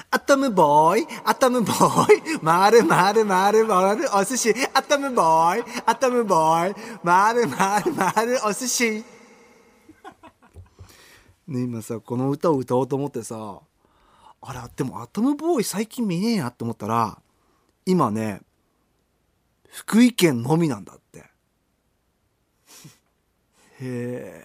アトムボーイ、アトムボーイ、まるまるまるまるお寿司。アトムボーイ、アトムボーイ、まるまるまるお寿司。ね、今さこの歌を歌おうと思ってさ、あれでもアトムボーイ最近見ねえなって思ったら、今ね福井県のみなんだって。へえ。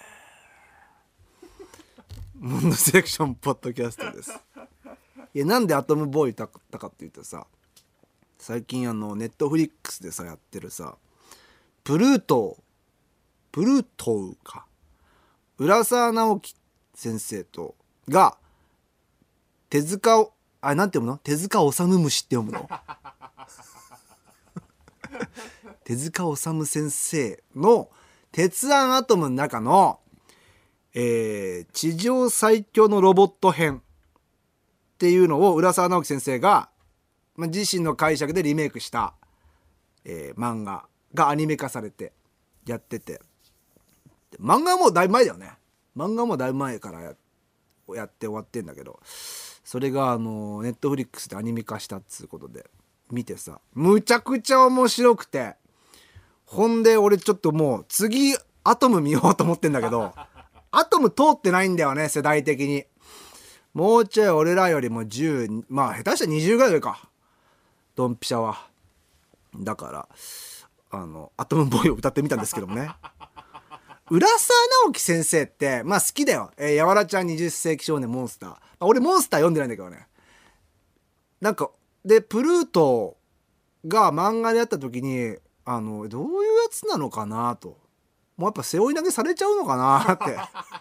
モンドセレクションポッドキャストです。いや、なんでアトムボーイ歌ったかって言ってさ、最近ネットフリックスでさやってるさ、プルートーか、浦沢直樹先生とが手塚をなんて読むの、手塚治虫って読むの手塚治虫先生の鉄腕アトムの中の、地上最強のロボット編っていうのを浦沢直樹先生が、自身の解釈でリメイクした、漫画がアニメ化されてやってて、漫画はもうだいぶ前だよね。漫画もだいぶ前からやって終わってんだけど、それがネットフリックスでアニメ化したっつうことで見てさ、むちゃくちゃ面白くて、ほんで俺ちょっともう次アトム見ようと思ってんだけどアトム通ってないんだよね、世代的に。もうちょい俺らよりも10、下手したら20ぐらい上か、ドンピシャは。だからアトムボーイを歌ってみたんですけどもね。浦沢直樹先生って好きだよ。やわらちゃん20世紀少年モンスター、俺モンスター読んでないんだけどね。なんかでプルートが漫画でやった時にどういうやつなのかなと、もうやっぱ背負い投げされちゃうのかなって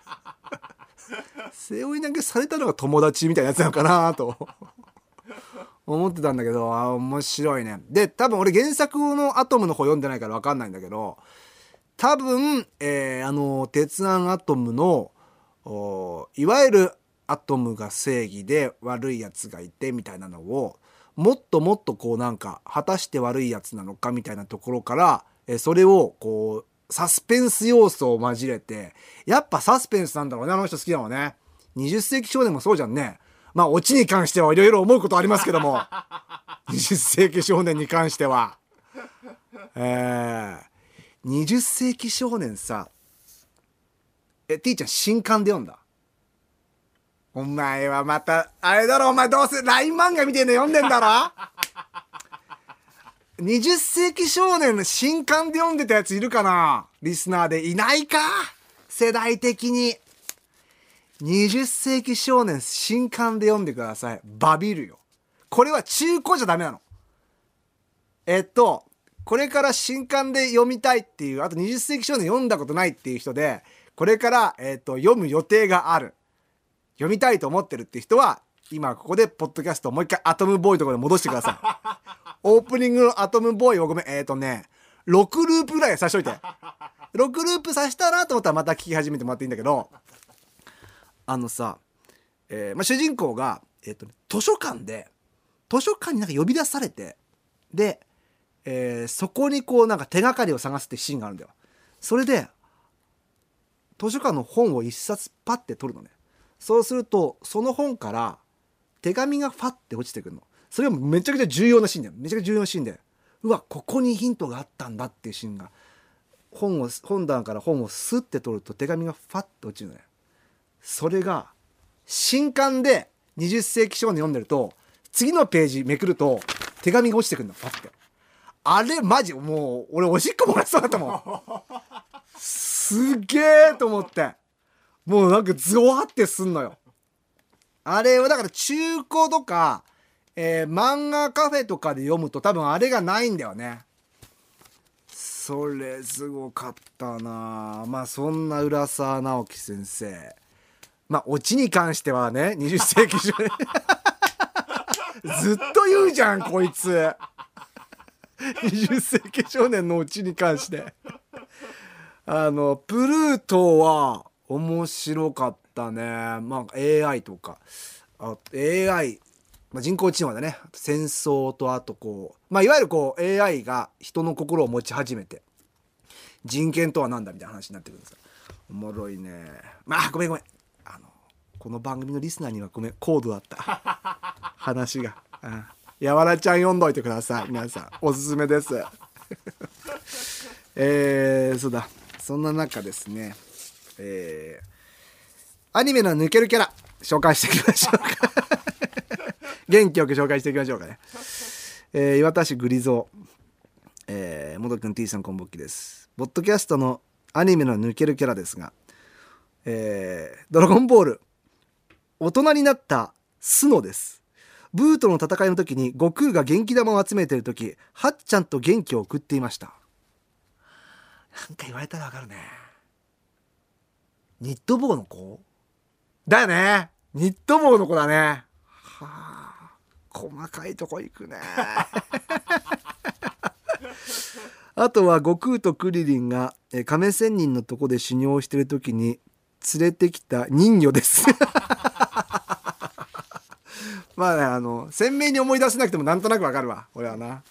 背負い投げされたのが友達みたいなやつなのかなと思ってたんだけど、面白いね。で多分俺原作のアトムの方読んでないから分かんないんだけど、多分、鉄腕アトムのいわゆるアトムが正義で悪いやつがいてみたいなのをもっともっとこうなんか果たして悪いやつなのかみたいなところから、それをこうサスペンス要素を交えて、やっぱサスペンスなんだろうね、あの人好きだもんね。20世紀少年もそうじゃんね。オチに関してはいろいろ思うことありますけども20世紀少年に関しては20世紀少年さ、ティーちゃん新刊で読んだ？お前はまたあれだろ、お前どうせ LINE 漫画みたいなの読んでんだろ20世紀少年の新刊で読んでたやついるかな、リスナーで。いないか、世代的に。20世紀少年新刊で読んでください。バビるよ。これは中古じゃダメなの。これから新刊で読みたいっていう、あと20世紀少年読んだことないっていう人で、これから、読む予定がある、読みたいと思ってるっていう人は、今ここでポッドキャストをもう一回アトムボーイのところで戻してくださいオープニングのアトムボーイをごめん、6ループぐらいさしといて6ループさせたなと思ったらまた聞き始めてもらっていいんだけど、主人公が、図書館になんか呼び出されて、で、そこにこうなんか手がかりを探すってシーンがあるんだよ。それで図書館の本を一冊パッて取るのね。そうするとその本から手紙がファッて落ちてくるの。それがめちゃくちゃ重要なシーンだよ。めちゃくちゃ重要なシーンで、うわここにヒントがあったんだっていうシーンが、本棚から本をスッて取ると手紙がファッて落ちるのね。それが新刊で20世紀少年読んでると、次のページめくると手紙が落ちてくるの、ファッて。あれマジもう俺おしっこ漏らしそうだったもんすげえと思って、もうなんかゾワってすんのよ。あれはだから中古とか、漫画カフェとかで読むと多分あれがないんだよね。それすごかったな。そんな浦沢直樹先生、オチに関してはね、20世紀少年ずっと言うじゃんこいつ20世紀少年のオチに関してプルートは面白かったね。AI とか、AI、人工知能だね。戦争と、あとこう、いわゆるこう AI が人の心を持ち始めて、人権とは何だみたいな話になってくるんですよ。おもろいね。ごめんこの番組のリスナーにはごめん、コードだった話が。やわらちゃん読んどいてください皆さん、おすすめですそうだ、そんな中ですね、アニメの抜けるキャラ紹介していきましょうか元気よく紹介していきましょうかね。岩田市グリゾー、元くん T さんこんぼっきです。ポッドキャストのアニメの抜けるキャラですが、ドラゴンボール大人になったスノです。ブーとの戦いの時に悟空が元気玉を集めている時、ハッちゃんと元気を送っていました。なんか言われたらわかるね。ニット帽の子だよね。ニット帽の子だね。はあ、細かいとこ行くねあとは悟空とクリリンが亀仙人のとこで修行してる時に連れてきた人魚ですまあね、鮮明に思い出せなくてもなんとなくわかるわ俺はな。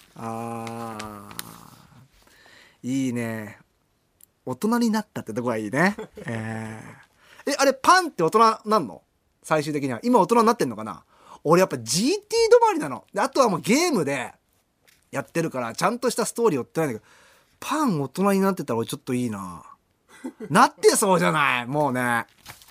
いいね、大人になったってとこがいいねあれパンって大人なんの？最終的には今大人になってんのかな。俺やっぱ GT 止まりなので、あとはもうゲームでやってるからちゃんとしたストーリー追ってないんだけど、パン大人になってたら俺ちょっといいななってそうじゃないもうね。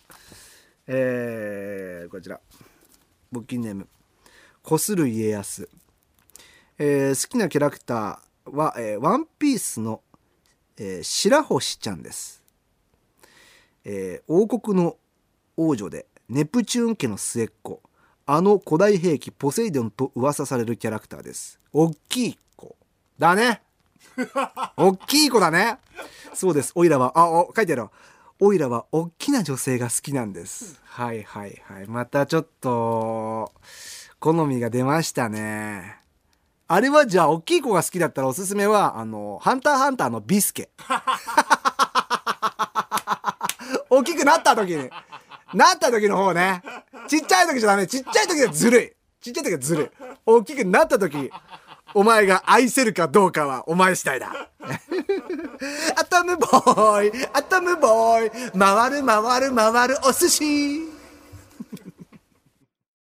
こちら募金ネームこする家康、好きなキャラクターは、ワンピースの、白星ちゃんです。王国の王女でネプチューン家の末っ子、古代兵器ポセイドンと噂されるキャラクターです。おっきい子だねおっきい子だね。そうです。おいらは書いてある。おいらはおっきな女性が好きなんです。はいはいはい。またちょっと好みが出ましたね。あれはじゃあおっきい子が好きだったらおすすめはハンターハンターのビスケ大きくなった時の方ね。ちっちゃい時じゃダメ。ちっちゃい時はずるい。大きくなった時、お前が愛せるかどうかはお前次第だアトムボーイ回るお寿司